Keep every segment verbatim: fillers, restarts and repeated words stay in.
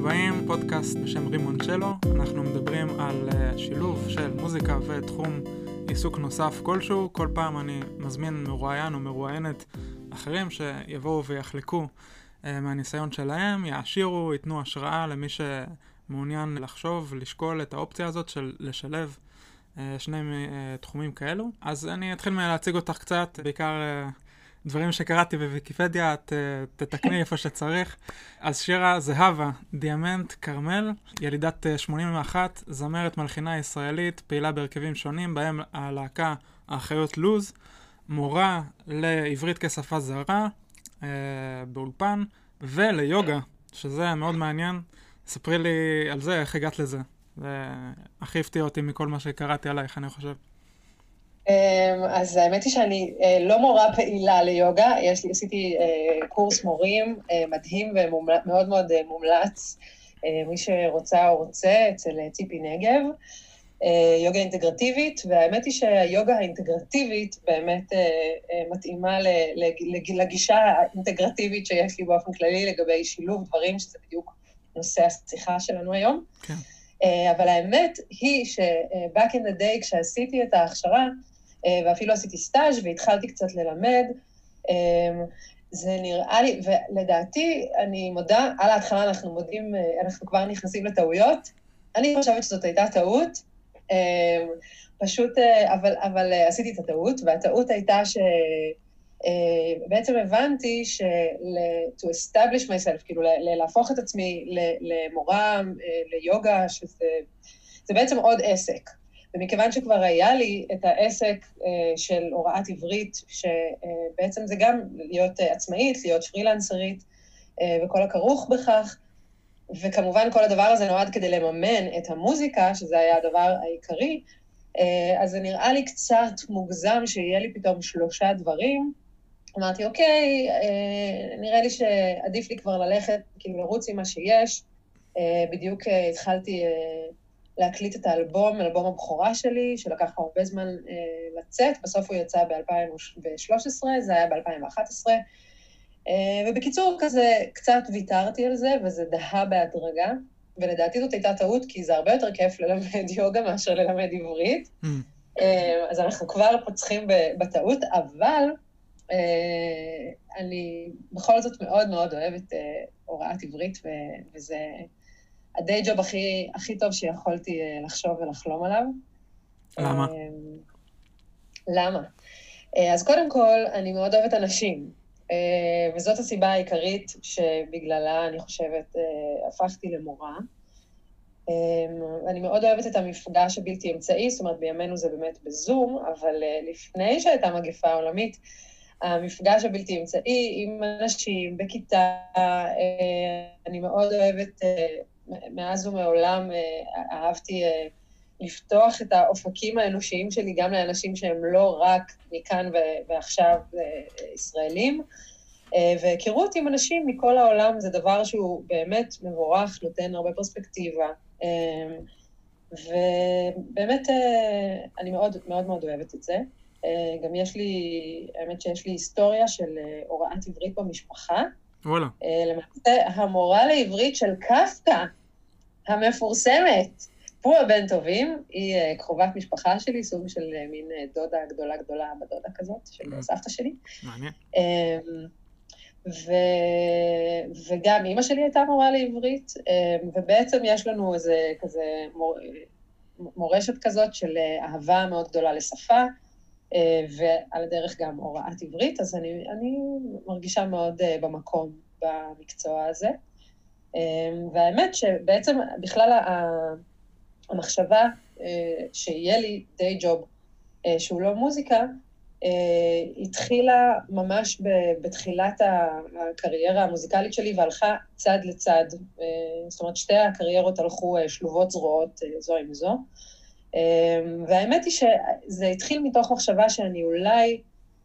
הבאים, פודקאסט בשם רימון שלו. אנחנו מדברים על שילוב של מוזיקה ותחום עיסוק נוסף כלשהו. כל פעם אני מזמין מרואיין או מרואיינת אחרים שיבואו ויחלקו מהניסיון שלהם, יעשירו, ייתנו השראה למי שמעוניין לחשוב, לשקול את האופציה הזאת של לשלב שני תחומים כאלו. אז אני אתחיל מלהציג אותך קצת, בעיקר דברים שקראתי בוויקיפדיה, את תתקני איפה שצריך. אז שירה זהבה דיאמנט קרמל, ילידת שמונים ואחת, זמרת מלחינה ישראלית, פעילה בהרכבים שונים, בהם הלהקה האחיות לוז, מורה לעברית כשפה זרה, אה, באולפן, וליוגה, שזה מאוד מעניין. ספרי לי על זה, איך הגעת לזה. זה הכי הפתיע אותי מכל מה שקראתי עלייך, אני חושב. אז האמת היא שאני לא מורה פעילה ליוגה, יש לי, עשיתי קורס מורים מדהים ומאוד מאוד מומלץ, מי שרוצה או רוצה, אצל ציפי נגב, יוגה אינטגרטיבית, והאמת היא שהיוגה האינטגרטיבית באמת מתאימה לגישה האינטגרטיבית שיש לי באופן כללי לגבי שילוב דברים, שזה בדיוק נושא השיחה שלנו היום. כן. אבל האמת היא ש-back in the day, כשעשיתי את ההכשרה, ואפילו עשיתי סטאז' והתחלתי קצת ללמד, זה נראה לי, ולדעתי, אני מודה, על ההתחלה אנחנו מודים, אנחנו כבר נכנסים לטעויות, אני חושבת שזאת הייתה טעות, פשוט, אבל, אבל עשיתי את הטעות, והטעות הייתה שבעצם הבנתי של- to establish myself, כאילו להפוך את עצמי למורה, ליוגה, שזה זה בעצם עוד עסק. ומכיוון שכבר היה לי את העסק של הוראת עברית, שבעצם זה גם להיות עצמאית, להיות פרילנסרית, וכל הכרוך בכך, וכמובן כל הדבר הזה נועד כדי לממן את המוזיקה, שזה היה הדבר העיקרי, אז זה נראה לי קצת מוגזם שיהיה לי פתאום שלושה דברים. אמרתי, אוקיי, נראה לי שעדיף לי כבר ללכת, כאילו לרוץ עם מה שיש. בדיוק התחלתי להקליט את האלבום, אלבום הבכורה שלי, שלקח הרבה זמן אה, לצאת, בסוף הוא יצא ב-אלפיים ושלוש עשרה, זה היה ב-אלפיים ואחת עשרה, אה, ובקיצור כזה קצת ויתרתי על זה, וזה דהה בהדרגה, ולדעתי זאת הייתה טעות, כי זה הרבה יותר כיף ללמד יוגה מאשר ללמד עברית, mm. אה, אז אנחנו כבר פוצחים בטעות, אבל אה, אני בכל זאת מאוד מאוד אוהבת אה, הוראת עברית, ו- וזה הדיי ג'וב הכי, הכי טוב שיכולתי לחשוב ולחלום עליו. למה? למה? אז קודם כל, אני מאוד אוהבת אנשים, וזאת הסיבה העיקרית שבגללה אני חושבת הפכתי למורה. אני מאוד אוהבת את המפגש הבלתי אמצעי, זאת אומרת בימינו זה באמת בזום, אבל לפני שהייתה מגפה עולמית, המפגש הבלתי אמצעי עם אנשים בכיתה, אני מאוד אוהבת מאז ומעולם אהבתי לפתוח את האופקים האנושיים שלי גם לאנשים שהם לא רק מכאן ועכשיו ישראלים, והכירות עם אנשים מכל העולם זה דבר שהוא באמת מבורך, נותן הרבה פרספקטיבה, ובאמת אני מאוד מאוד מאוד אוהבת את זה. גם יש לי, האמת שיש לי היסטוריה של הוראת עברית במשפחה, וואלה. למעשה, המורה לעברית של קפקא, המפורסמת, פועה בן טובים, היא קרובת משפחה שלי, סוג של מין דודה גדולה גדולה בדודה כזאת, של סבתא שלי. מעניין. ו- וגם אמא שלי הייתה מורה לעברית, ובעצם יש לנו איזה כזה מור- מורשת כזאת של אהבה מאוד גדולה לשפה, ועל הדרך גם הוראת עברית, אז אני, אני מרגישה מאוד במקום במקצוע הזה. והאמת שבעצם בכלל המחשבה שיהיה לי דיי ג'וב שהוא לא מוזיקה, התחילה ממש בתחילת הקריירה המוזיקלית שלי והלכה צד לצד. זאת אומרת, שתי הקריירות הלכו שלובות זרועות זו עם זו. והאמת היא שזה התחיל מתוך מחשבה שאני אולי,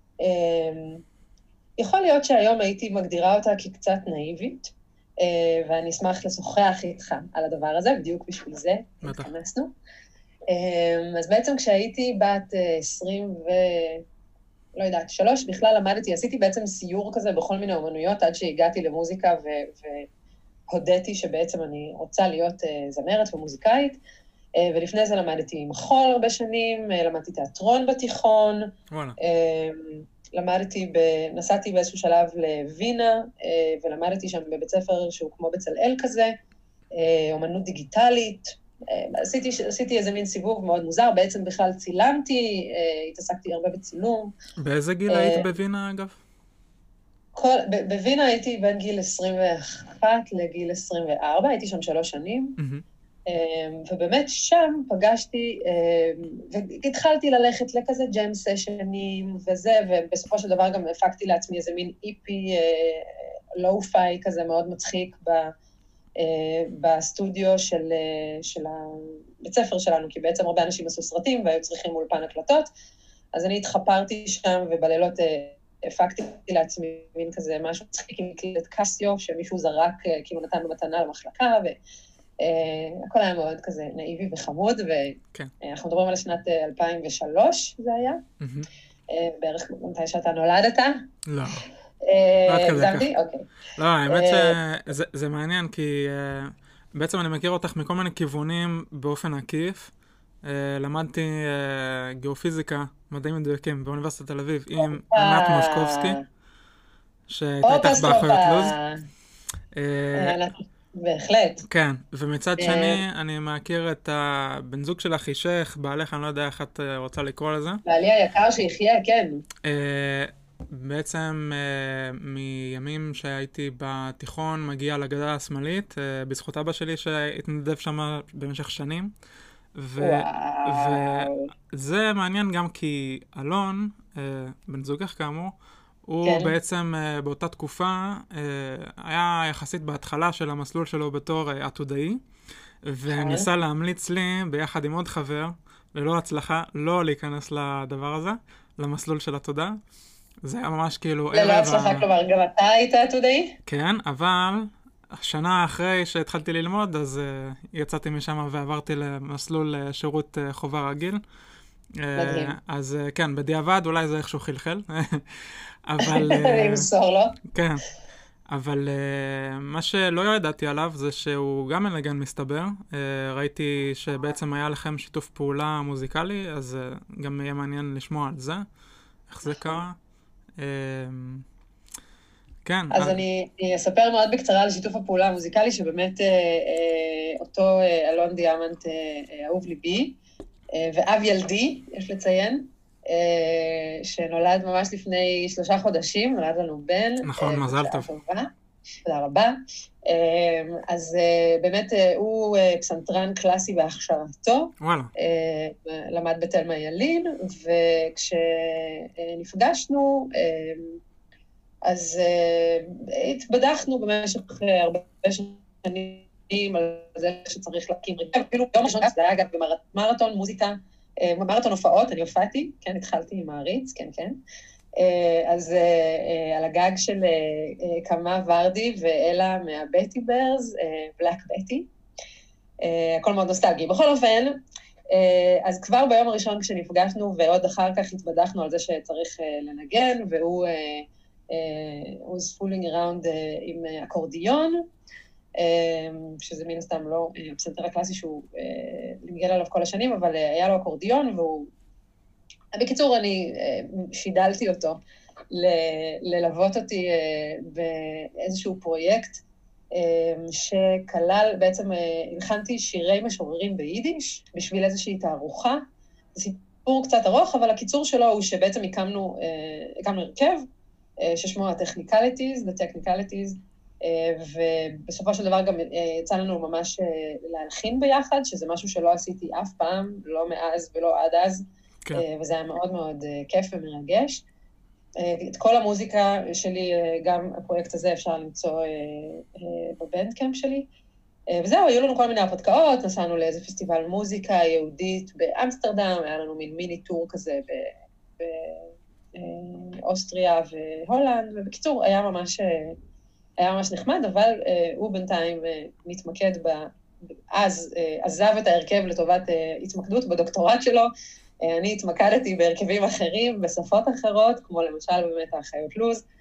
יכול להיות שהיום הייתי מגדירה אותה כקצת נאיבית, ואני אשמח לשוחח איתך על הדבר הזה, בדיוק בשביל זה התכנסנו. אז בעצם כשהייתי בת עשרים ו... לא יודעת, שלוש, בכלל למדתי, עשיתי בעצם סיור כזה בכל מיני אומנויות, עד שהגעתי למוזיקה, הודיתי שבעצם אני רוצה להיות זמרת ומוזיקאית, ולפני זה למדתי מחול הרבה שנים, למדתי תיאטרון בתיכון, וואלה. למדתי, נסעתי באיזשהו שלב לווינה, ולמדתי שם בבית ספר שהוא כמו בצלאל כזה, אומנות דיגיטלית, עשיתי, עשיתי איזה מין סיבוב מאוד מוזר, בעצם בכלל צילמתי, התעסקתי הרבה בצילום. באיזה גיל היית בווינה אגב? כל, בווינה הייתי בין גיל עשרים ואחת לגיל עשרים וארבע, הייתי שם שלוש שנים, mm-hmm. ובאמת שם פגשתי, והתחלתי ללכת לכזה ג'ם סשנים וזה, ובסופו של דבר גם הפקתי לעצמי איזה מין איפי לואו-פיי כזה מאוד מצחיק ב, בסטודיו של, של הבית ספר שלנו, כי בעצם הרבה אנשים עשו סרטים והיו צריכים אולפן הקלטות, אז אני התחפרתי שם ובלילות הפקתי לעצמי מין כזה משהו מצחיק עם קלט קסיו, שמישהו זרק, כאילו נתן במתנה למחלקה, והכל היה מאוד כזה נאיבי וחמוד, ואנחנו מדברים על שנת אלפיים ושלוש, זה היה, בערך מתי שאתה נולדת. לא. לא הגזמתי? אוקיי. לא, האמת שזה מעניין, כי בעצם אני מכיר אותך מכל מיני כיוונים באופן עקיף, למדתי גיאופיזיקה, מדעים מדויקים, באוניברסיטת תל אביב, עם ענת מושקובסקי, שהייתה איתך באחיות לוז. בהחלט. כן, ומצד שני, אני מכיר את הבן זוג שלך, אישך, בעלך, אני לא יודע איך את רוצה לקרוא לזה. בעלי היקר שיחיה, כן. בעצם מימים שהייתי בתיכון, מגיע לגדה השמאלית, בזכות אבא שלי שהתנדב שם במשך שנים. וזה מעניין גם כי אלון, בן זוגך כאמור, הוא בעצם באותה תקופה היה יחסית בהתחלה של המסלול שלו בתור עתודאי, וניסה להמליץ לי ביחד עם עוד חבר, ללא הצלחה, לא להיכנס לדבר הזה, למסלול של התודה. זה היה ממש כאילו... ללא הצלחה, כלומר, גם אתה היית עתודאי? כן, אבל... השנה אחרי שהתחלתי ללמוד, אז uh, יצאתי משם ועברתי למסלול uh, שירות uh, חובה רגיל. מדהים. Uh, אז uh, כן, בדיעבד אולי זה איכשהו חלחל. אבל... אני מסור לו. כן. אבל uh, מה שלא ידעתי עליו זה שהוא גם מנגן מסתבר. Uh, ראיתי שבעצם היה לכם שיתוף פעולה מוזיקלי, אז uh, גם יהיה מעניין לשמוע על זה. איך זה קרה? Uh, כן. אז אני אספר מאוד בקצרה על שיתוף הפעולה המוזיקלי, שבאמת אותו אלון דיאמנט אהוב ליבי, ואב ילדי, יש לציין, שנולד ממש לפני שלושה חודשים, נולד לנו בן. נכון, מזל טוב. תודה רבה. אז באמת הוא פסנתרן קלאסי בהכשרתו. וואלה. למד בתלמה ילין, וכשנפגשנו, אז uh, התבדחנו במשך uh, הרבה שנים על זה שצריך להקים רכב, אפילו יום ראשון זה היה גם במרתון מוזיקה, uh, מרתון הופעות, אני הופעתי, כן, התחלתי עם מעריץ, כן, כן. Uh, אז uh, uh, על הגג של uh, uh, קמה ורדי ואלה מהבטי ברז, בלק בטי, הכל מאוד נוסטלגי. בכל אופן, uh, אז כבר ביום הראשון כשנפגשנו ועוד אחר כך התבדחנו על זה שצריך uh, לנגן, והוא... Uh, הוא was fooling around uh, עם uh, אקורדיון, uh, שזה מן הסתם לא uh, פסנתר הקלאסי שהוא uh, נגן עליו כל השנים, אבל uh, היה לו אקורדיון, והוא... בקיצור, אני uh, שידלתי אותו ל- ללוות אותי uh, באיזשהו פרויקט, uh, שכלל, בעצם uh, הלחנתי שירי משוררים ביידיש, בשביל איזושהי תערוכה. זה סיפור קצת ארוך, אבל הקיצור שלו הוא שבעצם הקמנו, uh, הקמנו הרכב, ששמו ה-Technicalities, The Technicalities, ובסופו של דבר גם יצא לנו ממש להלחין ביחד, שזה משהו שלא עשיתי אף פעם, לא מאז ולא עד אז, כן. וזה היה מאוד מאוד כיף ומרגש. את כל המוזיקה שלי, גם הפרויקט הזה אפשר למצוא בבנדקאמפ שלי, וזהו, היו לנו כל מיני הפתקאות, נסענו לאיזה פסטיבל מוזיקה יהודית באמסטרדם, היה לנו מין מיני טור כזה ב... ב אוסטריה והולנד, ובקיצור, היה ממש, היה ממש נחמד, אבל הוא בינתיים מתמקד ב... אז עזב את ההרכב לטובת התמקדות בדוקטורט שלו, אני התמקדתי בהרכבים אחרים, בשפות אחרות, כמו למשל באמת האחיות לוז,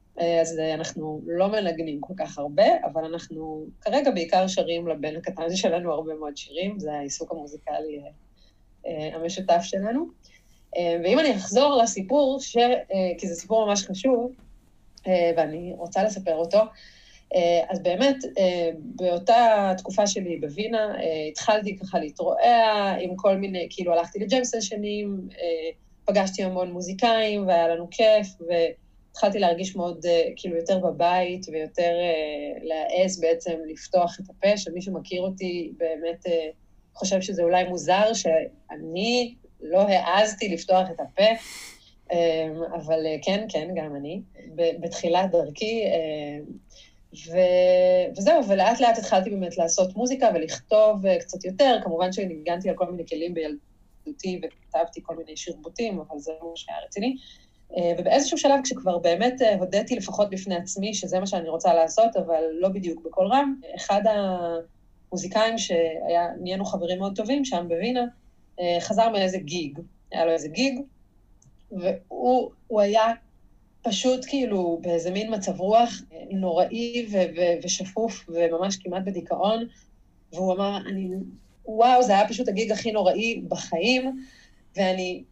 אז אנחנו לא מנגנים כל כך הרבה, אבל אנחנו כרגע בעיקר שרים לבן הקטן שלנו הרבה מאוד שירים, זה העיסוק המוזיקלי המשותף שלנו. ואם אני אחזור לסיפור, ש... כי זה סיפור ממש חשוב, ואני רוצה לספר אותו, אז באמת, באותה תקופה שלי בווינה, התחלתי ככה להתרועע עם כל מיני, כאילו הלכתי לג'ם סשנים, פגשתי המון מוזיקאים, והיה לנו כיף, והתחלתי להרגיש מאוד, כאילו, יותר בבית, ויותר להעז בעצם לפתוח את הפה, שמי שמכיר אותי באמת חושב שזה אולי מוזר, שאני לא העזתי לפתוח את הפה, אבל כן, כן, גם אני, בתחילת דרכי, ו... וזהו, ולאט לאט התחלתי באמת לעשות מוזיקה ולכתוב קצת יותר, כמובן שניגנתי על כל מיני כלים בילדותי וכתבתי כל מיני שרבוטים, אבל זה לא שהיה רציני. ובאיזשהו שלב, כשכבר באמת הודיתי לפחות בפני עצמי, שזה מה שאני רוצה לעשות, אבל לא בדיוק בכל רם, אחד המוזיקאים שהיה, נהיינו חברים מאוד טובים שם בווינה, חזר מאיזה גיג, היה לו איזה גיג, והוא היה פשוט כאילו באיזה מין מצב רוח נוראי ו- ו- ושפוף וממש כמעט בדיכאון, והוא אמר, אני, וואו, זה היה פשוט הגיג הכי נוראי בחיים, ואני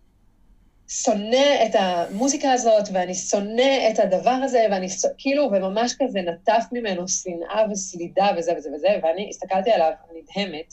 שונא את המוזיקה הזאת, ואני שונא את הדבר הזה, ואני כאילו, וממש כזה נטף ממנו שנאה וסלידה וזה וזה וזה, ואני הסתכלתי עליו נדהמת,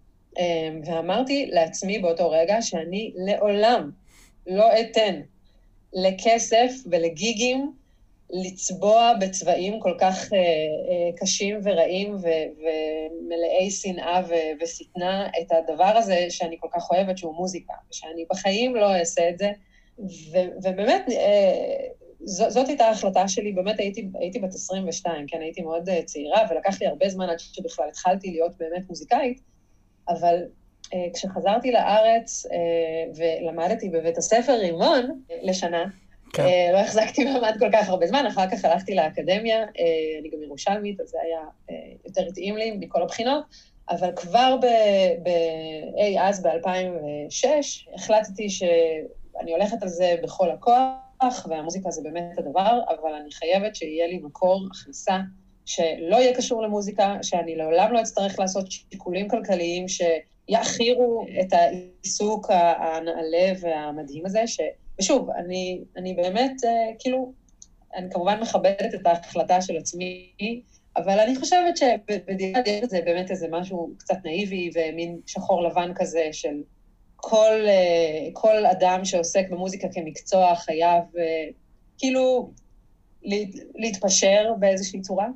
ואמרתי לעצמי באותו רגע שאני לעולם לא אתן לכסף ולגיגים לצבוע בצבעים כל כך אה, אה, קשים ורעים ו- ומלאי שנאה ו- וסתנה את הדבר הזה שאני כל כך אוהבת שהוא מוזיקה, ושאני בחיים לא אעשה את זה, ו- ובאמת אה, ז- זאת הייתה ההחלטה שלי, באמת הייתי, הייתי בת עשרים ושתיים, כן, הייתי מאוד אה, צעירה, ולקח לי הרבה זמן עד שבכלל התחלתי להיות באמת מוזיקאית, אבל אה, כשחזרתי לארץ אה, ולמדתי בבית הספר רימון אה, לשנה, כן. אה, לא החזקתי מעמד כל כך הרבה זמן, אחר כך הלכתי לאקדמיה, אה, אני גם ירושלמית, אז זה היה אה, יותר התאים לי מכל הבחינות, אבל כבר ב-אי אז ב-אלפיים ושש החלטתי שאני הולכת על זה בכל הכוח, והמוזיקה זה באמת הדבר, אבל אני חייבת שיהיה לי מקור הכנסה שלא יהיה קשור למוזיקה, שאני לעולם לא אצטרך לעשות שיקולים כלכליים שיאחירו את העיסוק הנעלה והמדהים הזה, ש... ושוב, אני, אני באמת, כאילו, אני כמובן מכבדת את ההחלטה של עצמי, אבל אני חושבת שבדיוק זה באמת איזה משהו קצת נאיבי ומין שחור לבן כזה של כל, כל אדם שעוסק במוזיקה כמקצוע חייב, כאילו, להתפשר באיזושהי צורה,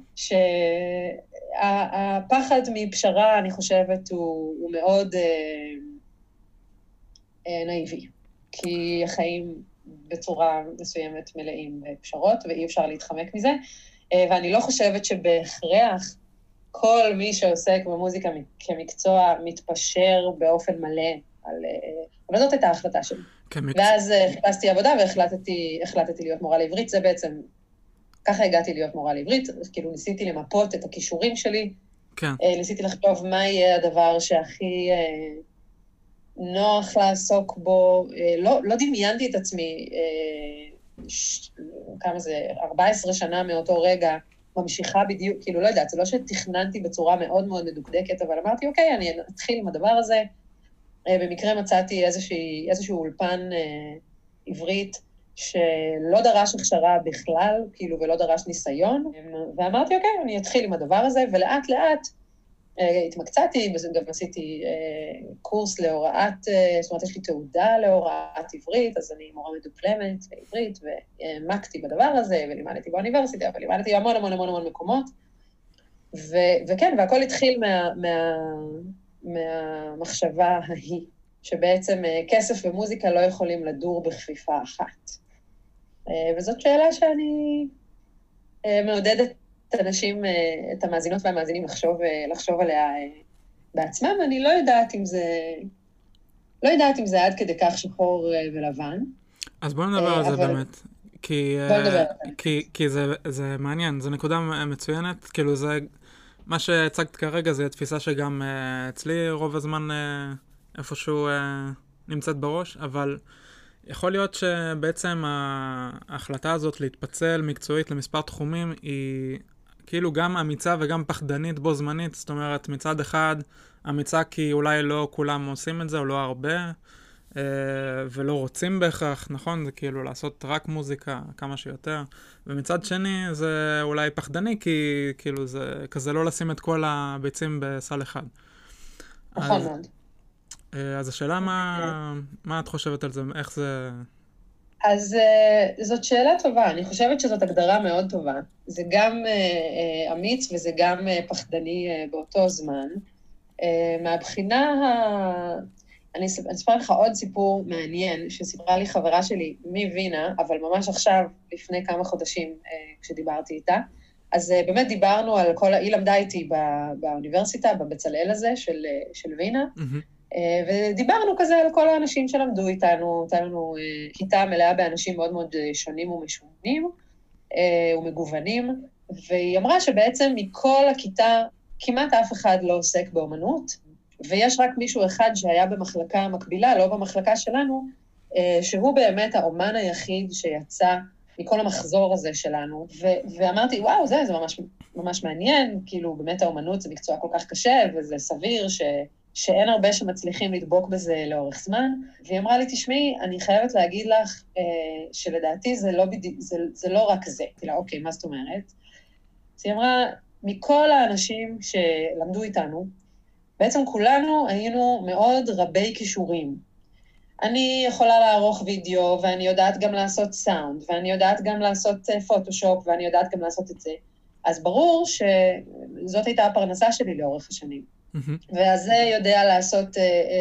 שהפחד מפשרה, אני חושבת, הוא, הוא מאוד אה, אה, נאיבי, כי החיים בצורה מסוימת מלאים פשרות, ואי אפשר להתחמק מזה, אה, ואני לא חושבת שבהכרח כל מי שעוסק במוזיקה כמקצוע מתפשר באופן מלא, על, אה, אבל זאת הייתה ההחלטה שלי. כמקצוע. ואז אה, חיפשתי עבודה והחלטתי החלטתי להיות מורה לעברית, זה בעצם... ככה הגעתי להיות מורה לעברית, כאילו ניסיתי למפות את הכישורים שלי, כן. ניסיתי לחשוב מה יהיה הדבר שהכי נוח לעסוק בו, לא, לא דמיינתי את עצמי, ש... כמה זה, ארבע עשרה שנה מאותו רגע, ממשיכה בדיוק, כאילו לא יודעת, זה לא שתכננתי בצורה מאוד מאוד מדוקדקת, אבל אמרתי, אוקיי, אני אתחיל עם הדבר הזה, במקרה מצאתי איזשהו, איזשהו אולפן עברית, שלא דרש הכשרה בכלל, כאילו, ולא דרש ניסיון, ואמרתי, אוקיי, אני אתחיל עם הדבר הזה, ולאט לאט אה, התמקצעתי, וגם עשיתי אה, קורס להוראת, אה, זאת אומרת, יש לי תעודה להוראת עברית, אז אני מורה מדופלמת לעברית, והעמקתי בדבר הזה, ולימדתי באוניברסיטה, ולימדתי המון המון המון המון מקומות, ו, וכן, והכל התחיל מה, מה, מהמחשבה ההיא, שבעצם אה, כסף ומוזיקה לא יכולים לדור בכפיפה אחת. וזאת שאלה שאני מעודדת את האנשים, את המאזינות והמאזינים לחשוב, לחשוב עליה בעצמם. אני לא יודעת אם זה, לא יודעת אם זה עד כדי כך שחור ולבן. אז בואו נדבר על זה באמת. כי, כי, כי זה, זה מעניין, זו נקודה מצוינת, כאילו זה, מה שהצגת כרגע זה התפיסה שגם אצלי רוב הזמן איפשהו נמצאת בראש, אבל יכול להיות שבעצם ההחלטה הזאת להתפצל מקצועית למספר תחומים היא כאילו גם אמיצה וגם פחדנית בו זמנית, זאת אומרת מצד אחד אמיצה כי אולי לא כולם עושים את זה או לא הרבה, ולא רוצים בהכרח, נכון? זה כאילו לעשות רק מוזיקה כמה שיותר, ומצד שני זה אולי פחדני כי כאילו זה כזה לא לשים את כל הביצים בסל אחד. נכון מאוד. אז השאלה מה, מה את חושבת על זה? איך זה... אז זאת שאלה טובה, אני חושבת שזאת הגדרה מאוד טובה. זה גם אמיץ וזה גם פחדני באותו זמן. מהבחינה ה... אני אספר לך עוד סיפור מעניין שסיפרה לי חברה שלי מווינה, אבל ממש עכשיו, לפני כמה חודשים כשדיברתי איתה. אז באמת דיברנו על כל... היא למדה איתי באוניברסיטה, בבצלאל הזה של, של וינה, mm-hmm. ודיברנו כזה על כל האנשים שלמדו איתנו, הייתה לנו כיתה מלאה באנשים מאוד מאוד שונים ומשונים ומגוונים, והיא אמרה שבעצם מכל הכיתה כמעט אף אחד לא עוסק באומנות, ויש רק מישהו אחד שהיה במחלקה מקבילה, לא במחלקה שלנו, שהוא באמת האומן היחיד שיצא מכל המחזור הזה שלנו, ו- ואמרתי, וואו, זה, זה ממש, ממש מעניין, כאילו באמת האומנות זה מקצוע כל כך קשה, וזה סביר ש- שאין הרבה שמצליחים לדבוק בזה לאורך זמן, והיא אמרה לי, תשמעי, אני חייבת להגיד לך אה, שלדעתי זה לא, בדי- זה, זה לא רק זה. תראה, אוקיי, מה זאת אומרת? אז היא אמרה, מכל האנשים שלמדו איתנו, בעצם כולנו היינו מאוד רבי כישורים. אני יכולה לערוך וידאו, ואני יודעת גם לעשות סאונד, ואני יודעת גם לעשות פוטושופ, ואני יודעת גם לעשות את זה. אז ברור שזאת הייתה הפרנסה שלי לאורך השנים. Mm-hmm. ואז זה יודע לעשות,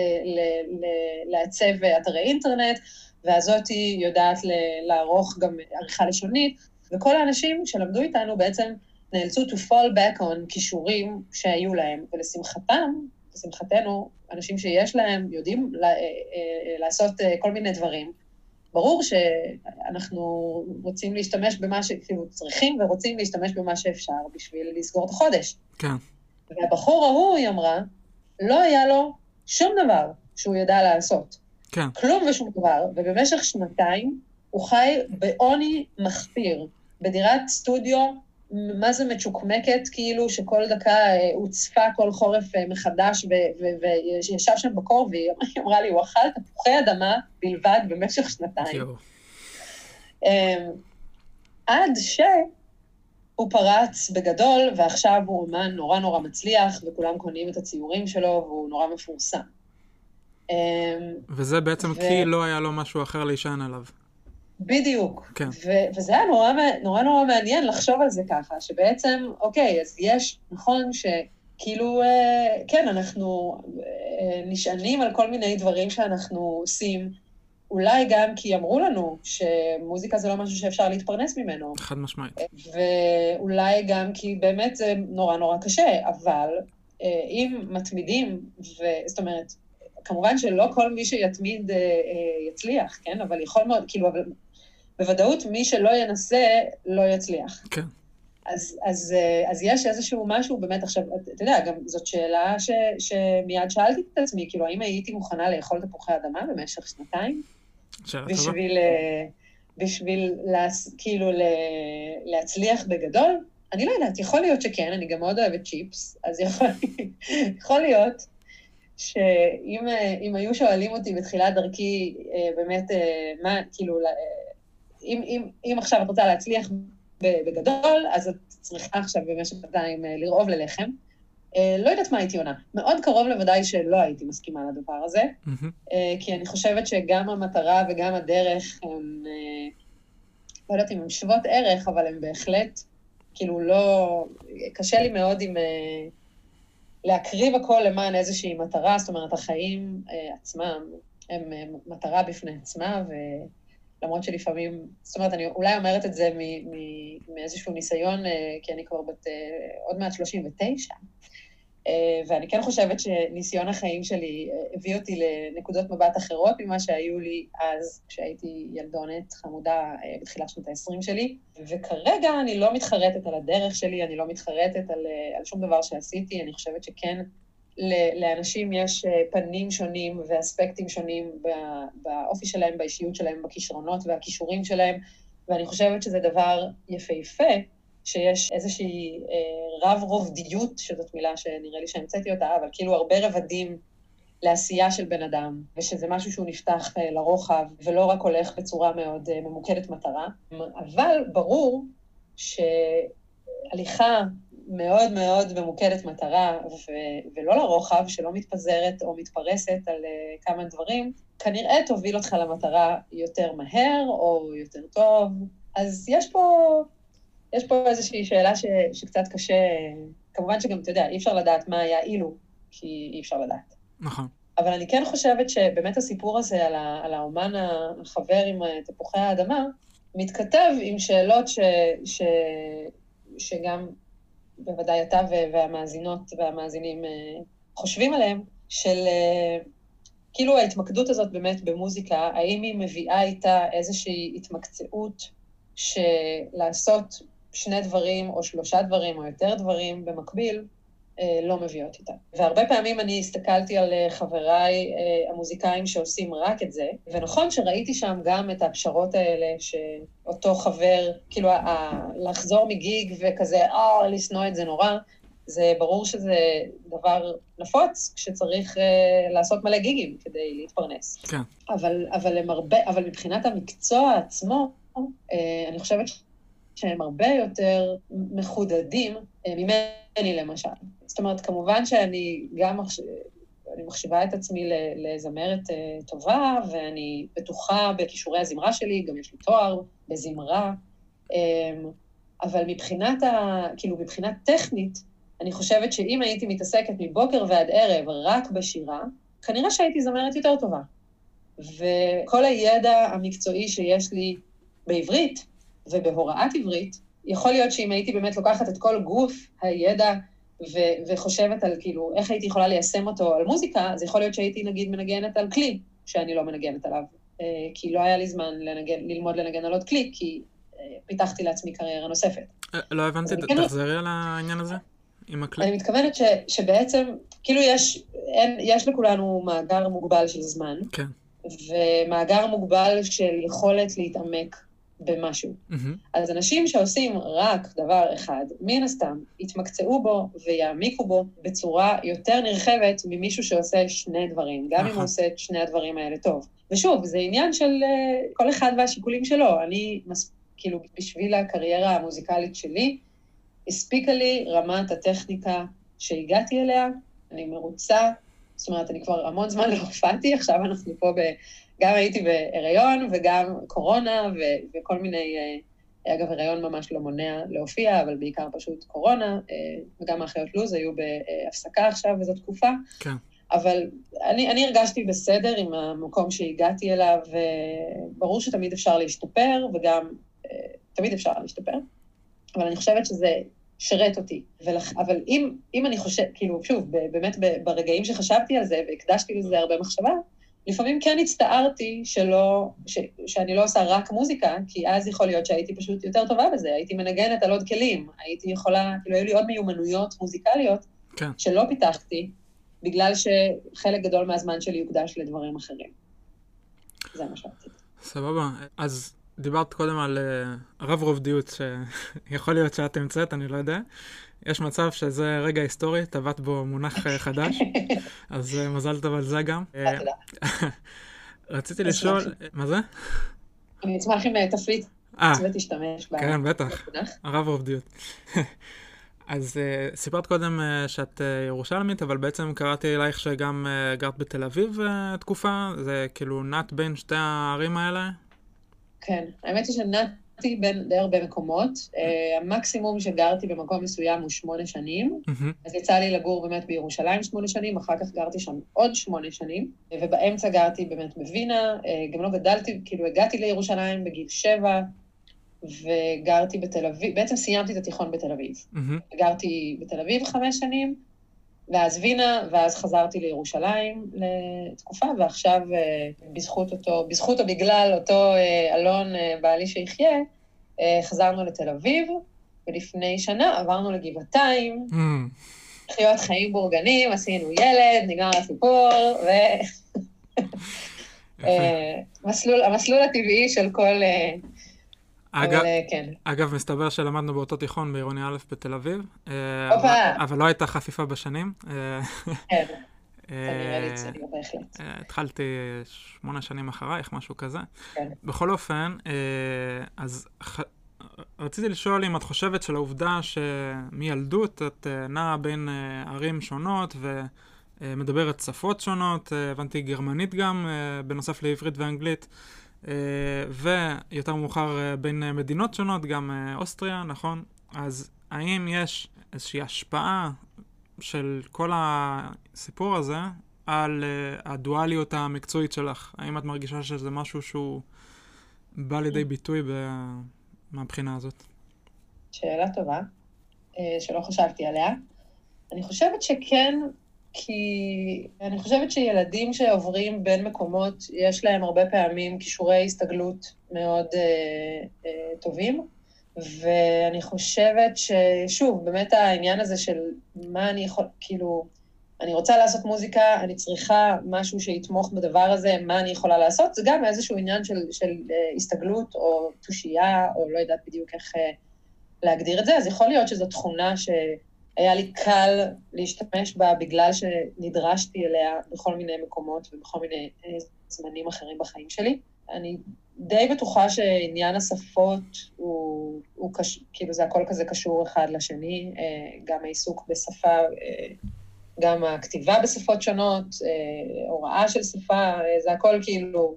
ל- ל- לעצב אתרי אינטרנט, והזאת היא יודעת לערוך גם עריכה לשונית, וכל האנשים שלמדו איתנו בעצם נאלצו to fall back on כישורים שהיו להם, ולשמחתם, לשמחתנו, אנשים שיש להם יודעים לעשות כל מיני דברים. ברור שאנחנו רוצים להשתמש במה ש... כאילו צריכים ורוצים להשתמש במה שאפשר בשביל לסגור את החודש. כן. והבחור ההוא, היא אמרה, לא היה לו שום דבר שהוא ידע לעשות. כן. כלום ושום דבר, ובמשך שנתיים הוא חי בעוני מחפיר, בדירת סטודיו, מה זה מצ'וקמקת, כאילו שכל דקה הוא צפה כל חורף מחדש, וישב שם בקור, והיא אמרה לי, הוא אכל תפוחי אדמה בלבד במשך שנתיים. עד שהוא פרץ בגדול, ועכשיו הוא אומן נורא נורא מצליח, וכולם קונים את הציורים שלו, והוא נורא מפורסם. וזה בעצם כי לא היה לו משהו אחר להישען עליו. בדיוק. כן. ו- וזה היה נורא, נורא נורא מעניין לחשוב על זה ככה, שבעצם, אוקיי, אז יש, נכון שכאילו, אה, כן, אנחנו אה, נשענים על כל מיני דברים שאנחנו עושים, אולי גם כי אמרו לנו שמוזיקה זה לא משהו שאפשר להתפרנס ממנו. חד משמעית. ואולי גם כי באמת זה נורא נורא קשה, אבל אה, אם מתמידים, ו- זאת אומרת, כמובן שלא כל מי שיתמיד אה, אה, יצליח, כן? אבל יכול מאוד, כאילו, אבל בוודאות מי שלא ינסה לא יצליח. כן. אז, אז, אה, אז יש איזשהו משהו, באמת עכשיו, אתה יודע, גם זאת שאלה ש, שמיד שאלתי את עצמי, כאילו, האם הייתי מוכנה לאכול תפוחי אדמה במשך שנתיים? שאלה בשביל, אה, בשביל להס, כאילו, להצליח בגדול? אני לא יודעת, יכול להיות שכן, אני גם מאוד אוהבת צ'יפס, אז יכול, יכול להיות, שאם אם היו שואלים אותי בתחילת דרכי, באמת, מה, כאילו, אם, אם, אם עכשיו את רוצה להצליח בגדול, אז את צריכה עכשיו במשך שנתיים לרעוב ללחם. לא יודעת מה הייתי עונה. מאוד קרוב לוודאי שלא הייתי מסכימה לדבר הזה, mm-hmm. כי אני חושבת שגם המטרה וגם הדרך הן, לא יודעת אם הן שוות ערך, אבל הן בהחלט, כאילו לא, קשה לי מאוד עם... להקריב הכל למען איזושהי מטרה, זאת אומרת, החיים אה, עצמם הם אה, מטרה בפני עצמה, ולמרות שלפעמים, זאת אומרת, אני אולי אומרת את זה מ- מ- מאיזשהו ניסיון, אה, כי אני כבר בת אה, עוד מעט שלושים ותשע, אה, ואני כן חושבת שניסיון החיים שלי אה, הביא אותי לנקודות מבט אחרות ממה שהיו לי אז, כשהייתי ילדונת חמודה אה, בתחילת שנות ה-עשרים שלי, וכרגע אני לא מתחרטת על הדרך שלי, אני לא מתחרטת על, על שום דבר שעשיתי, אני חושבת שכן לאנשים יש פנים שונים ואספקטים שונים באופי שלהם, באישיות שלהם, בכישרונות והכישורים שלהם, ואני חושבת שזה דבר יפהפה, שיש איזושהי רב רובדיות, שזאת מילה שנראה לי שהמצאתי אותה, אבל כאילו הרבה רבדים לעשייה של בן אדם, ושזה משהו שהוא נפתח לרוחב, ולא רק הולך בצורה מאוד ממוקדת מטרה. אבל ברור שהליכה מאוד מאוד ממוקדת מטרה, ו- ולא לרוחב, שלא מתפזרת או מתפרסת על uh, כמה דברים, כנראה תוביל אותך למטרה יותר מהר או יותר טוב. אז יש פה, יש פה איזושהי שאלה ש- שקצת קשה, כמובן שגם, אתה יודע, אי אפשר לדעת מה היה אילו, כי אי אפשר לדעת. נכון. אבל אני כן חושבת שבאמת הסיפור הזה על, ה- על האומן החבר עם תפוחי האדמה, מתכתב עם שאלות ש- ש- שגם בוודאי אתה והמאזינות והמאזינים חושבים עליהם, של כאילו ההתמקדות הזאת באמת במוזיקה, האם היא מביאה איתה איזושהי התמקצעות שלעשות שני דברים או שלושה דברים או יותר דברים במקביל, לא מביאות איתה. והרבה פעמים אני הסתכלתי על חבריי המוזיקאים שעושים רק את זה, ונכון שראיתי שם גם את הפשרות האלה שאותו חבר, כאילו לחזור מגיג וכזה, אה, לשנוא את זה נורא, זה ברור שזה דבר נפוץ, כשצריך לעשות מלא גיגים כדי להתפרנס. כן. אבל, אבל הם הרבה, אבל מבחינת המקצוע עצמו, אני חושבת שהם הרבה יותר מחודדים ממני למשל. זאת אומרת, כמובן שאני גם מחש... אני מחשיבה את עצמי לזמרת טובה, ואני בטוחה בכישורי הזמרה שלי, גם יש לי תואר בזמרה, אבל מבחינת, ה... כאילו, מבחינת טכנית, אני חושבת שאם הייתי מתעסקת מבוקר ועד ערב רק בשירה, כנראה שהייתי זמרת יותר טובה. וכל הידע המקצועי שיש לי בעברית ובהוראת עברית, יכול להיות שאם הייתי באמת לוקחת את כל גוף הידע ו- וחושבת על כאילו איך הייתי יכולה ליישם אותו על מוזיקה, אז יכול להיות שהייתי נגיד מנגנת על כלי שאני לא מנגנת עליו, כי לא היה לי זמן לנגן, ללמוד לנגן על עוד כלי, כי פיתחתי לעצמי קריירה נוספת. לא הבנתי, תחזרי על העניין הזה עם הכלי. אני מתכוונת ש- שבעצם, כאילו יש, אין, יש לכולנו מאגר מוגבל של זמן, כן. ומאגר מוגבל של יכולת להתעמק במשהו. Mm-hmm. אז אנשים שעושים רק דבר אחד, מן הסתם, יתמקצעו בו ויעמיקו בו בצורה יותר נרחבת ממישהו שעושה שני דברים, גם אם הוא עושה את שני הדברים האלה טוב. ושוב, זה עניין של uh, כל אחד והשיקולים שלו. אני, כאילו, בשביל הקריירה המוזיקלית שלי, הספיקה לי רמת הטכניקה שהגעתי אליה, אני מרוצה, זאת אומרת, אני כבר המון זמן לא הופעתי, עכשיו אנחנו פה ב... גם הייתי בהיריון וגם קורונה ו- וכל מיני, אגב, הריון ממש לא מונע להופיע, אבל בעיקר פשוט קורונה, וגם האחיות לוז היו בהפסקה עכשיו, וזו תקופה. כן. אבל אני, אני הרגשתי בסדר עם המקום שהגעתי אליו, וברור שתמיד אפשר להשתפר, וגם תמיד אפשר להשתפר, אבל אני חושבת שזה שרת אותי. ולכ... אבל אם, אם אני חושב, כאילו, שוב, באמת ברגעים שחשבתי על זה, והקדשתי לזה הרבה מחשבה, לפעמים כן הצטערתי שלא, ש, שאני לא עושה רק מוזיקה, כי אז יכול להיות שהייתי פשוט יותר טובה בזה, הייתי מנגנת על עוד כלים, הייתי יכולה, כאילו היו לי עוד מיומנויות מוזיקליות, כן. שלא פיתחתי, בגלל שחלק גדול מהזמן שלי יוקדש לדברים אחרים. זה מה שרציתי. סבבה, אז דיברת קודם על uh, רב רובדיות, שיכול להיות שאת המצאת, אני לא יודע. יש מצב שזה רגע היסטורי, טבעת בו מונח חדש, אז מזל טוב על זה גם. תודה. רציתי לשאול, מה זה? אני אשמח אם תפליט ותשתמש במונח. כן, בטח, הרב רובדיות. אז סיפרת קודם שאת ירושלמית, אבל בעצם קראתי אלייך שגם גרת בתל אביב תקופה, זה כאילו נת בין שתי הערים האלה? כן, האמת היא שנעתי בין די הרבה מקומות. המקסימום שגרתי במקום מסוים הוא שמונה שנים, אז יצא לי לגור באמת בירושלים שמונה שנים, אחר כך גרתי שם עוד שמונה שנים, ובאמצע גרתי באמת בווינה, גם לא גדלתי, כאילו הגעתי לירושלים בגיל שבע, וגרתי בתל אביב, בעצם סיימתי את התיכון בתל אביב. גרתי בתל אביב חמש שנים, ואז וינה, ואז חזרתי לירושלים לתקופה, ועכשיו בזכות אותו, בזכות או בגלל אותו אלון בעלי שיחיה, חזרנו לתל אביב, ולפני שנה עברנו לגבעתיים, לחיות חיים בורגנים, עשינו ילד, נגמר הסיפור, ו... מסלול, המסלול הטבעי של כל... אגב, אבל, כן. אגב, מסתבר שלמדנו באותו תיכון בעירוני א' בתל אביב, אופה. אבל, אבל לא הייתה חפיפה בשנים. כן, כנראה לי צדיק בהחלט. התחלתי שמונה שנים אחרייך, משהו כזה. כן. בכל אופן, אז רציתי לשאול אם את חושבת שלעובדה שמילדות את נעה בין ערים שונות ומדברת שפות שונות, הבנתי גרמנית גם, בנוסף לעברית ואנגלית, ויותר מאוחר בין מדינות שונות, גם אוסטריה, נכון? אז האם יש איזושהי השפעה של כל הסיפור הזה על הדואליות המקצועית שלך? האם את מרגישה שזה משהו שהוא בא לידי ביטוי מהבחינה הזאת? שאלה טובה, שלא חשבתי עליה. אני חושבת שכן, כי אני חושבת שילדים שעוברים בין מקומות, יש להם הרבה פעמים כישורי הסתגלות מאוד אה, אה, טובים, ואני חושבת ששוב, באמת העניין הזה של מה אני יכול, כאילו, אני רוצה לעשות מוזיקה, אני צריכה משהו שיתמוך בדבר הזה, מה אני יכולה לעשות, זה גם איזשהו עניין של, של אה, הסתגלות או תושייה, או לא יודעת בדיוק איך אה, להגדיר את זה, אז יכול להיות שזו תכונה ש... היה לי קל להשתמש בה בגלל שנדרשתי אליה בכל מיני מקומות ובכל מיני זמנים אחרים בחיים שלי. אני די בטוחה שעניין השפות הוא, הוא קש... כאילו זה הכל כזה קשור אחד לשני, גם העיסוק בשפה, גם הכתיבה בשפות שונות, הוראה של שפה, זה הכל כאילו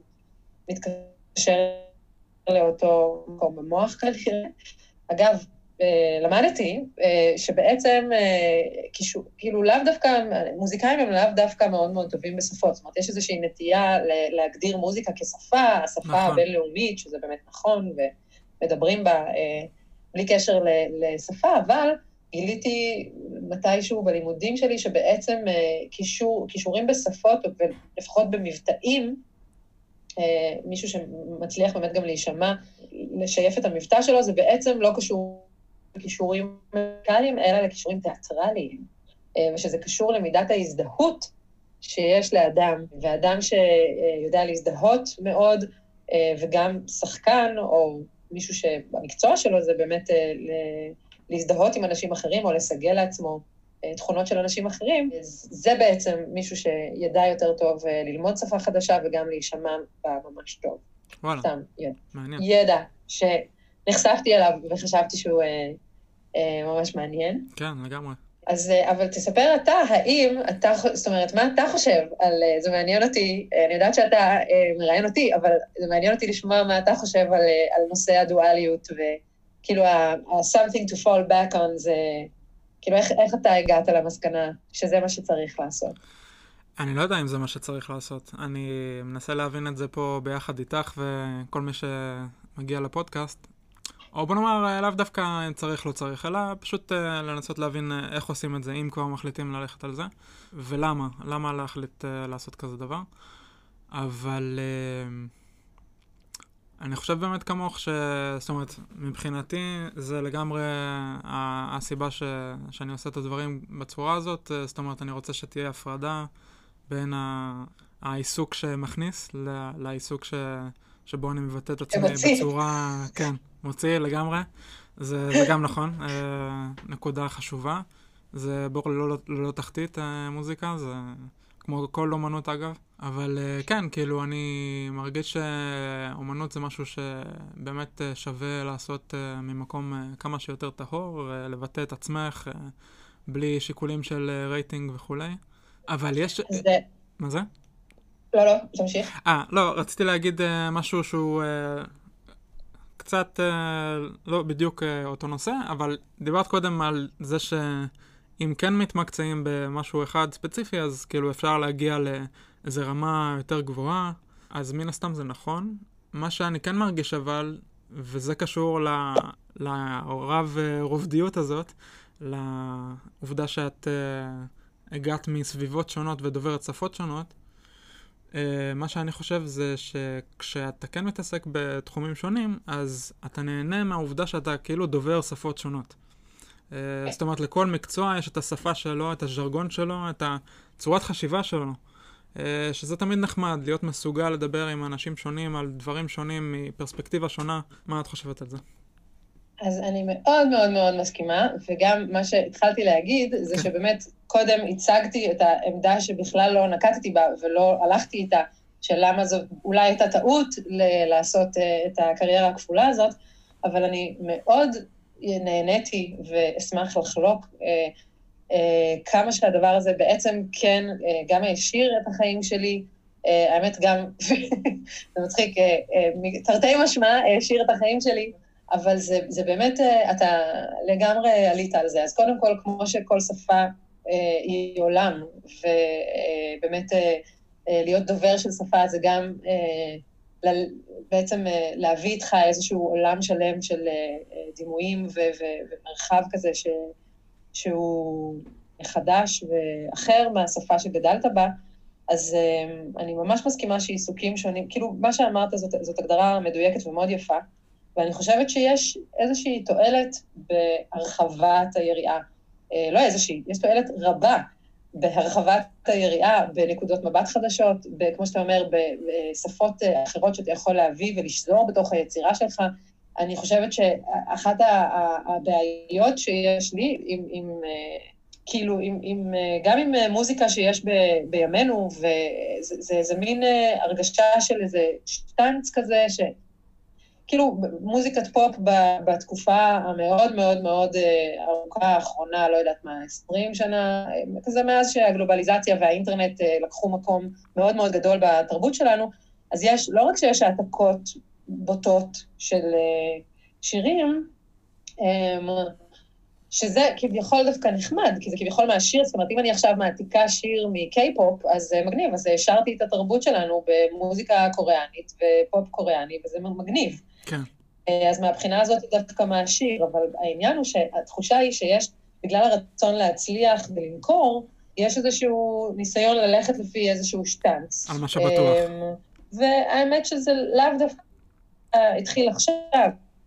מתקשר לאותו מקום במוח כנראה. אגב, למדתי שבעצם, כאילו לאו דווקא, מוזיקאים הם לאו דווקא מאוד מאוד טובים בשפות, זאת אומרת, יש איזושהי נטייה להגדיר מוזיקה כשפה, השפה הבינלאומית, שזה באמת נכון, ומדברים בה בלי קשר לשפה, אבל גיליתי מתישהו בלימודים שלי, שבעצם קישור, קישורים בשפות, ולפחות במבטאים, מישהו שמצליח באמת גם להישמע, לשייף את המבטא שלו, זה בעצם לא קשור לכישורים מוזיקליים, אלא לכישורים תיאטרליים, ושזה קשור למידת ההזדהות שיש לאדם, ואדם שיודע להזדהות מאוד, וגם שחקן, או מישהו שבמקצוע שלו זה באמת להזדהות עם אנשים אחרים, או לסגל לעצמו תכונות של אנשים אחרים, זה בעצם מישהו שידע יותר טוב ללמוד שפה חדשה, וגם להישמע בה ממש טוב. וואלה, סתם, ידע. מעניין. ידע שנחשפתי אליו וחשבתי שהוא אה, אה, ממש מעניין. כן, לגמרי. אז, אה, אבל תספר אתה, האם אתה, זאת אומרת, מה אתה חושב על, אה, זה מעניין אותי, אה, אני יודעת שאתה אה, מראיין אותי, אבל זה מעניין אותי לשמוע מה אתה חושב על, אה, על נושא הדואליות, וכאילו ה-something to fall back on זה, כאילו איך, איך אתה הגעת למסקנה שזה מה שצריך לעשות? אני לא יודע אם זה מה שצריך לעשות. אני מנסה להבין את זה פה ביחד איתך וכל מי שמגיע לפודקאסט. או בוא נאמר, לאו דווקא צריך, לא צריך, אלא פשוט uh, לנסות להבין uh, איך עושים את זה, אם כבר מחליטים ללכת על זה, ולמה, למה להחליט uh, לעשות כזה דבר. אבל uh, אני חושב באמת כמוך ש... זאת אומרת, מבחינתי זה לגמרי הסיבה ש... שאני עושה את הדברים בצורה הזאת. זאת אומרת, אני רוצה שתהיה הפרדה בין ה... העיסוק שמכניס ל... לעיסוק ש... שבו אני מבטא את עצמי בצורה... כן, מוציא לגמרי. זה, זה גם נכון, נקודה חשובה. זה בור ללא, ללא תחתית מוזיקה, זה כמו כל אומנות אגב. אבל כן, כאילו אני מרגיש שאומנות זה משהו שבאמת שווה לעשות ממקום כמה שיותר טהור, לבטא את עצמך בלי שיקולים של רייטינג וכולי. אבל יש... זה... מה זה? לא, לא, תמשיך. אה, לא, רציתי להגיד משהו שהוא קצת לא בדיוק אותו נושא, אבל דיברת קודם על זה שאם כן מתמקצעים במשהו אחד ספציפי, אז כאילו אפשר להגיע לאיזו רמה יותר גבוהה, אז מן הסתם זה נכון. מה שאני כן מרגיש אבל, וזה קשור לרב רובדיות הזאת, לעובדה שאת הגעת מסביבות שונות ודוברת שפות שונות, מה שאני חושב זה שכשאתה כן מתעסק בתחומים שונים, אז אתה נהנה מהעובדה שאתה כאילו דובר שפות שונות. זאת אומרת, לכל מקצוע יש את השפה שלו, את הז'רגון שלו, את הצורת חשיבה שלו. שזה תמיד נחמד, להיות מסוגל לדבר עם אנשים שונים על דברים שונים מפרספקטיבה שונה. מה את חושבת על זה? אז אני מאוד מאוד מאוד מסכימה, וגם מה שהתחלתי להגיד, זה שבאמת קודם הצגתי את העמדה שבכלל לא נקטתי בה, ולא הלכתי איתה, של למה זאת אולי הייתה טעות לעשות את הקריירה הכפולה הזאת, אבל אני מאוד נהניתי ואשמח לחלוק כמה שהדבר הזה בעצם כן, גם העשיר את החיים שלי, האמת גם, זה מצחיק, תרתי משמע, העשיר את החיים שלי, אבל זה, זה באמת, אתה לגמרי עלית על זה. אז קודם כל, כמו שכל שפה היא עולם, ובאמת להיות דובר של שפה זה גם בעצם להביא איתך איזשהו עולם שלם של דימויים ומרחב כזה ש, שהוא חדש ואחר מהשפה שגדלת בה, אז אני ממש מסכימה שעיסוקים שונים, כאילו מה שאמרת זאת, זאת הגדרה מדויקת ומאוד יפה, ואני חושבת שיש איזושהי תועלת בהרחבת היריעה. לא איזושהי, יש תועלת רבה בהרחבת היריעה, בנקודות מבט חדשות, כמו שאתה אומר, בשפות אחרות שאתה יכול להביא ולשזור בתוך היצירה שלך. אני חושבת שאחת הבעיות שיש לי, עם, עם, כאילו, עם, עם, גם עם מוזיקה שיש ב, בימינו, וזה זה, זה מין הרגשה של איזה שטנץ כזה, ש... כאילו, מוזיקת פופ בתקופה המאוד מאוד מאוד ארוכה האחרונה, לא יודעת מה, עשרים שנה, כזה מאז שהגלובליזציה והאינטרנט לקחו מקום מאוד מאוד גדול בתרבות שלנו, אז יש, לא רק שיש העתקות בוטות של שירים, שזה כביכול דווקא נחמד, כי זה כביכול מהשיר, זאת אומרת, אם אני עכשיו מעתיקה שיר מקיי-פופ, אז זה מגניב, אז השארתי את התרבות שלנו במוזיקה קוריאנית ופופ קוריאני, וזה מגניב. כן. אז מהבחינה הזאת זה דווקא מהשיר, אבל העניין הוא שהתחושה היא שיש, בגלל הרצון להצליח ולמכור, יש איזשהו ניסיון ללכת לפי איזשהו שטנץ. על מה שבטוח. והאמת שזה לאו דווקא התחיל עכשיו.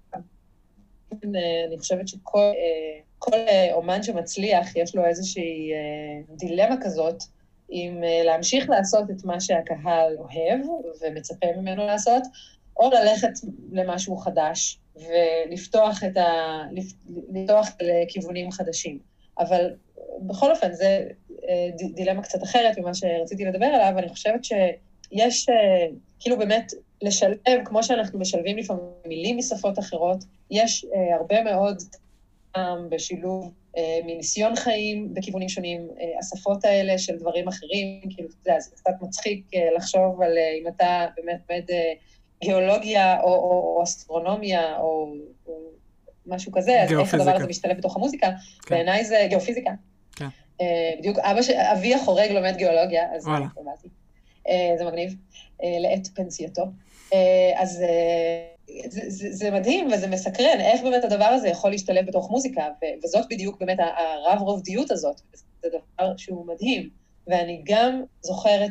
אני חושבת שכל כל אומן שמצליח, יש לו איזושהי דילמה כזאת, אם להמשיך לעשות את מה שהקהל אוהב ומצפה ממנו לעשות, או ללכת למשהו חדש ולפתוח את ה... לפתוח לכיוונים חדשים. אבל בכל אופן, זה דילמה קצת אחרת ממה שרציתי לדבר עליו, ואני חושבת שיש, כאילו באמת, לשלב, כמו שאנחנו משלבים לפעמים מילים משפות אחרות, יש הרבה מאוד טעם בשילוב מניסיון חיים בכיוונים שונים, השפות האלה של דברים אחרים, כאילו, זה קצת מצחיק לחשוב על אם אתה באמת באמת גיאולוגיה או, או, או אסטרונומיה או, או משהו כזה, אז איך הדבר הזה משתלב בתוך המוזיקה, כן. בעיניי זה גיאופיזיקה. כן. בדיוק, אבא ש... אבי החורג לומד גיאולוגיה, אז וואלה. הבאתי. זה מגניב, לעת פנסייתו. אז זה, זה, זה מדהים וזה מסקרן, איך באמת הדבר הזה יכול להשתלב בתוך מוזיקה, ו- וזאת בדיוק באמת הרב רובדיות הזאת, זה דבר שהוא מדהים. ואני גם זוכרת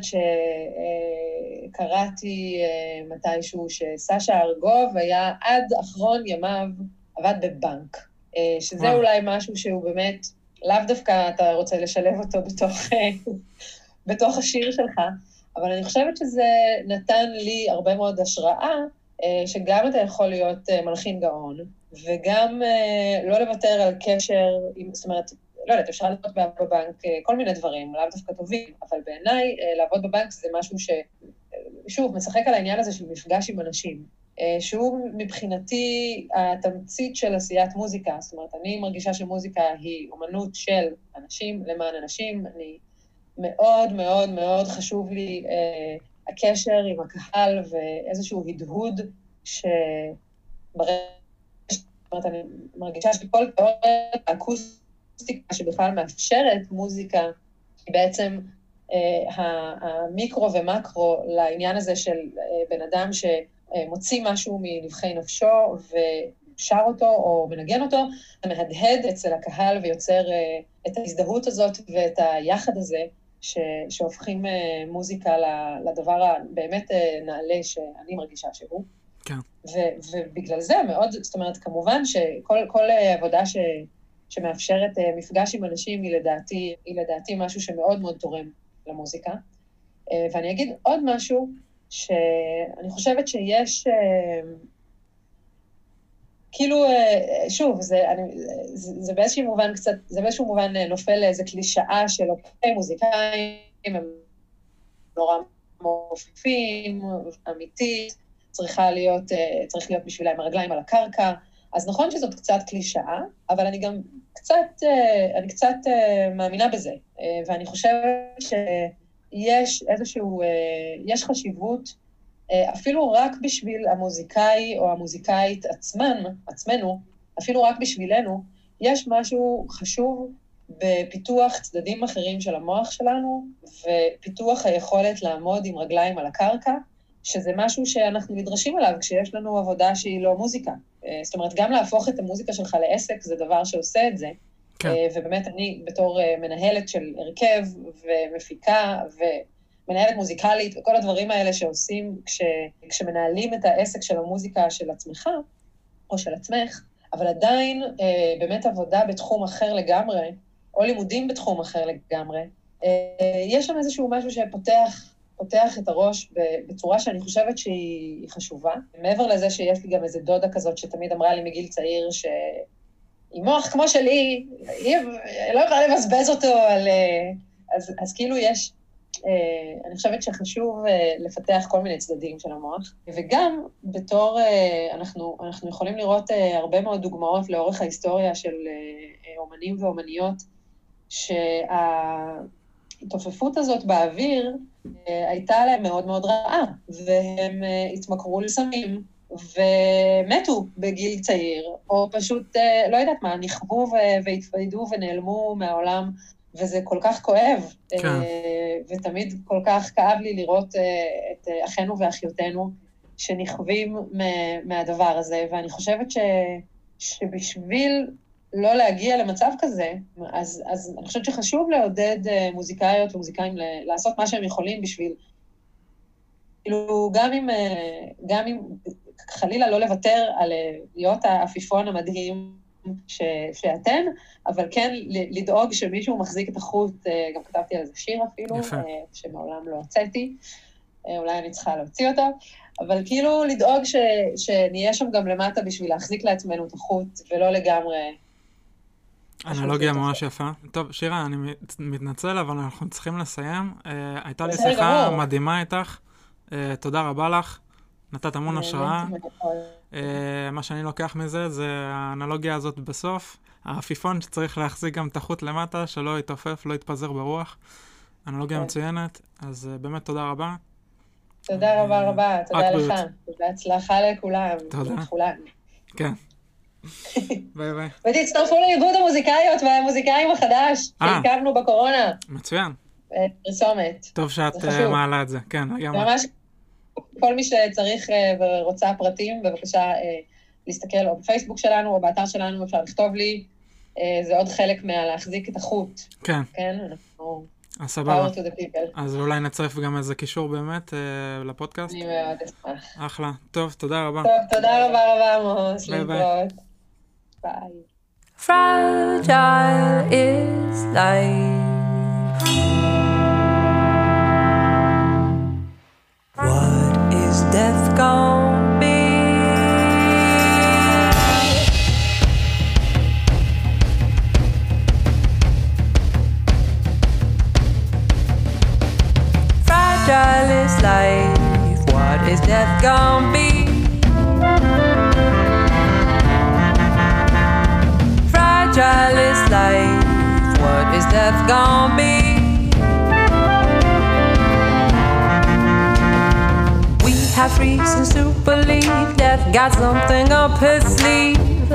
שקראתי מתישהו שסשה ארגוב היה עד אחרון ימיו עבד בבנק, שזה אולי משהו שהוא באמת, לאו דווקא אתה רוצה לשלב אותו בתוך, בתוך השיר שלך, אבל אני חושבת שזה נתן לי הרבה מאוד השראה, שגם אתה יכול להיות מלחין גאון, וגם לא לוותר על קשר, זאת אומרת, לא יודעת, אפשר לעבוד בבנק כל מיני דברים, לאו דווקא טובים, אבל בעיניי לעבוד בבנק זה משהו ש... שוב, משחק על העניין הזה של מפגש עם אנשים, שהוא מבחינתי התמצית של עשיית מוזיקה, זאת אומרת, אני מרגישה שמוזיקה היא אומנות של אנשים למען אנשים, אני מאוד מאוד מאוד חשוב לי אה, הקשר עם הקהל ואיזשהו הדהוד שברגע, זאת אומרת, אני מרגישה שכל תיאוריית האקוסטיקה שבכלל מאפשרת מוזיקה, היא בעצם אה, המיקרו ומקרו לעניין הזה של אה, בן אדם שמוציא משהו מנבחי נפשו ושר אותו או מנגן אותו, המהדהד אצל הקהל ויוצר אה, את ההזדהות הזאת ואת היחד הזה, ש, שהופכים uh, מוזיקה לדבר הבאמת uh, נעלה שאני מרגישה שהוא. כן. ו, ובגלל זה מאוד, זאת אומרת, כמובן שכל כל, uh, עבודה ש, שמאפשרת מפגש עם אנשים, היא לדעתי, היא לדעתי משהו שמאוד מאוד תורם למוזיקה. ואני אגיד עוד משהו, שאני חושבת שיש, כאילו, שוב, זה, אני, זה, זה באיזשהו מובן קצת, זה באיזשהו מובן נופל לאיזו קלישאה של אוקיי, מוזיקאים, הם נורא מופיעים, אמיתית, צריכה להיות, צריך להיות בשבילם הרגליים על הקרקע, אז נכון שזאת קצת קלישאה, אבל אני גם קצת, אני קצת מאמינה בזה, ואני חושבת שיש איזשהו, יש חשיבות, אפילו רק בשביל המוזיקאי או המוזיקאית עצמן, עצמנו, אפילו רק בשבילנו, יש משהו חשוב בפיתוח צדדים אחרים של המוח שלנו, ופיתוח היכולת לעמוד עם רגליים על הקרקע, שזה משהו שאנחנו נדרשים עליו כשיש לנו עבודה שהיא לא מוזיקה. זאת אומרת, גם להפוך את המוזיקה שלך לעסק זה דבר שעושה את זה, כן. ובאמת אני בתור מנהלת של הרכב ומפיקה ומנהלת מוזיקלית וכל הדברים האלה שעושים כש, כשמנהלים את העסק של המוזיקה של עצמך או של עצמך, אבל עדיין באמת עבודה בתחום אחר לגמרי, או לימודים בתחום אחר לגמרי, יש שם איזשהו משהו שפותח פותח את הראש בצורה שאני חושבת שהיא חשובה. מעבר לזה שיש לי גם איזו דודה כזאת שתמיד אמרה לי מגיל צעיר שהיא מוח כמו שלי, היא לא יכולה לבזבז אותו על... אז, אז כאילו יש, אני חושבת שחשוב לפתח כל מיני צדדים של המוח, וגם בתור, אנחנו, אנחנו יכולים לראות הרבה מאוד דוגמאות לאורך ההיסטוריה של אומנים ואומניות, שההתעופפות הזאת באוויר הייתה להם מאוד מאוד רעה, והם התמכרו לסמים, ומתו בגיל צעיר, או פשוט, לא יודעת מה, נכבו והתפיידו ונעלמו מהעולם, וזה כל כך כואב, כן. ותמיד כל כך כאב לי לראות את אחינו ואחיותינו, שנכבים מהדבר הזה, ואני חושבת ש, שבשביל לא להגיע למצב כזה, אז, אז אני חושבת שחשוב לעודד מוזיקאיות ומוזיקאים לעשות מה שהם יכולים בשביל, כאילו, גם אם, גם אם חלילה לא לוותר על להיות האפיפון המדהים ש, שאתן, אבל כן לדאוג שמישהו מחזיק את החוט, גם כתבתי על זה שיר אפילו, יפה. שמעולם לא הוצאתי, אולי אני צריכה להוציא אותו, אבל כאילו לדאוג ש, שנהיה שם גם למטה בשביל להחזיק לעצמנו את החוט, ולא לגמרי... אנלוגיה ממש יפה. טוב, שירה, אני מתנצל, אבל אנחנו צריכים לסיים. הייתה לי שיחה מדהימה איתך. תודה רבה לך. נתת המון השראה. מה שאני לוקח מזה, זה האנלוגיה הזאת בסוף. האפיפון שצריך להחזיק גם את החוט למטה, שלא יתעופף, לא יתפזר ברוח. אנלוגיה מצוינת. אז באמת תודה רבה. תודה רבה רבה. תודה לך. בהצלחה לכולם. תודה. כן. ביי ביי. ותצטרפו לאיגוד המוזיקאיות והמוזיקאים החדש, שהקמנו בקורונה. מצוין. פרסומת. טוב שאת מעלה את זה, כן. ממש כל מי שצריך ורוצה פרטים, בבקשה להסתכל או בפייסבוק שלנו או באתר שלנו, אפשר לכתוב לי, זה עוד חלק מהלהחזיק את החוט. כן. כן, אנחנו... אז סבבה. אז אולי נצרף גם איזה קישור באמת לפודקאסט. אני מאוד אשמח. אחלה. טוב, תודה רבה. טוב, תודה רבה רבה, עמוס. ביי ביי. ביי. Fragile is life. What is death gonna be? Fragile is life. What is death gonna be? Fragile is life. What is death gonna be? We have reasons to believe death got something up his sleeve.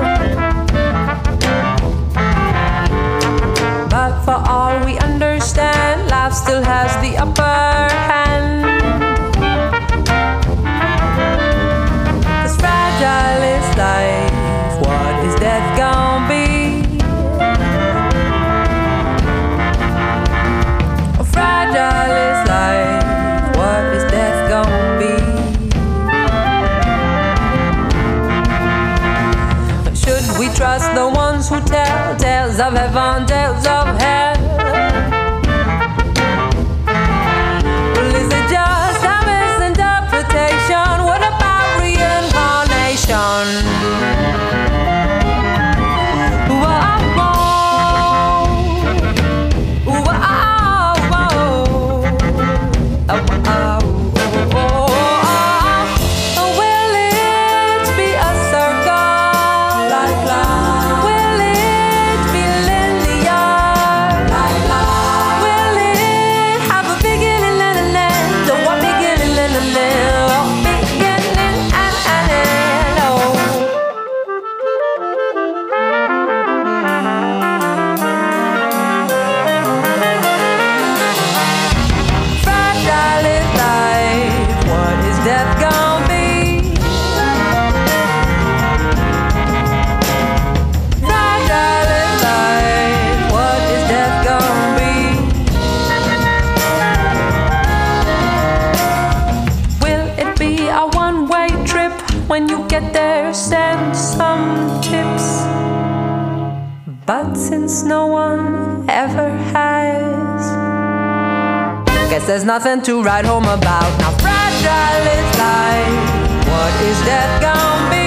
But for all we understand, life still has the upper hand. 'Cause fragile is life. What is death gonna be? Oh, fragile is life. What is death gonna be? Should we trust the ones who tell, tell of heaven, tales of hell. Well, is it just a misinterpretation? What about reincarnation? When you get there, send some tips. But since no one ever has, guess there's nothing to write home about. Now fragile is life. What is death gonna be?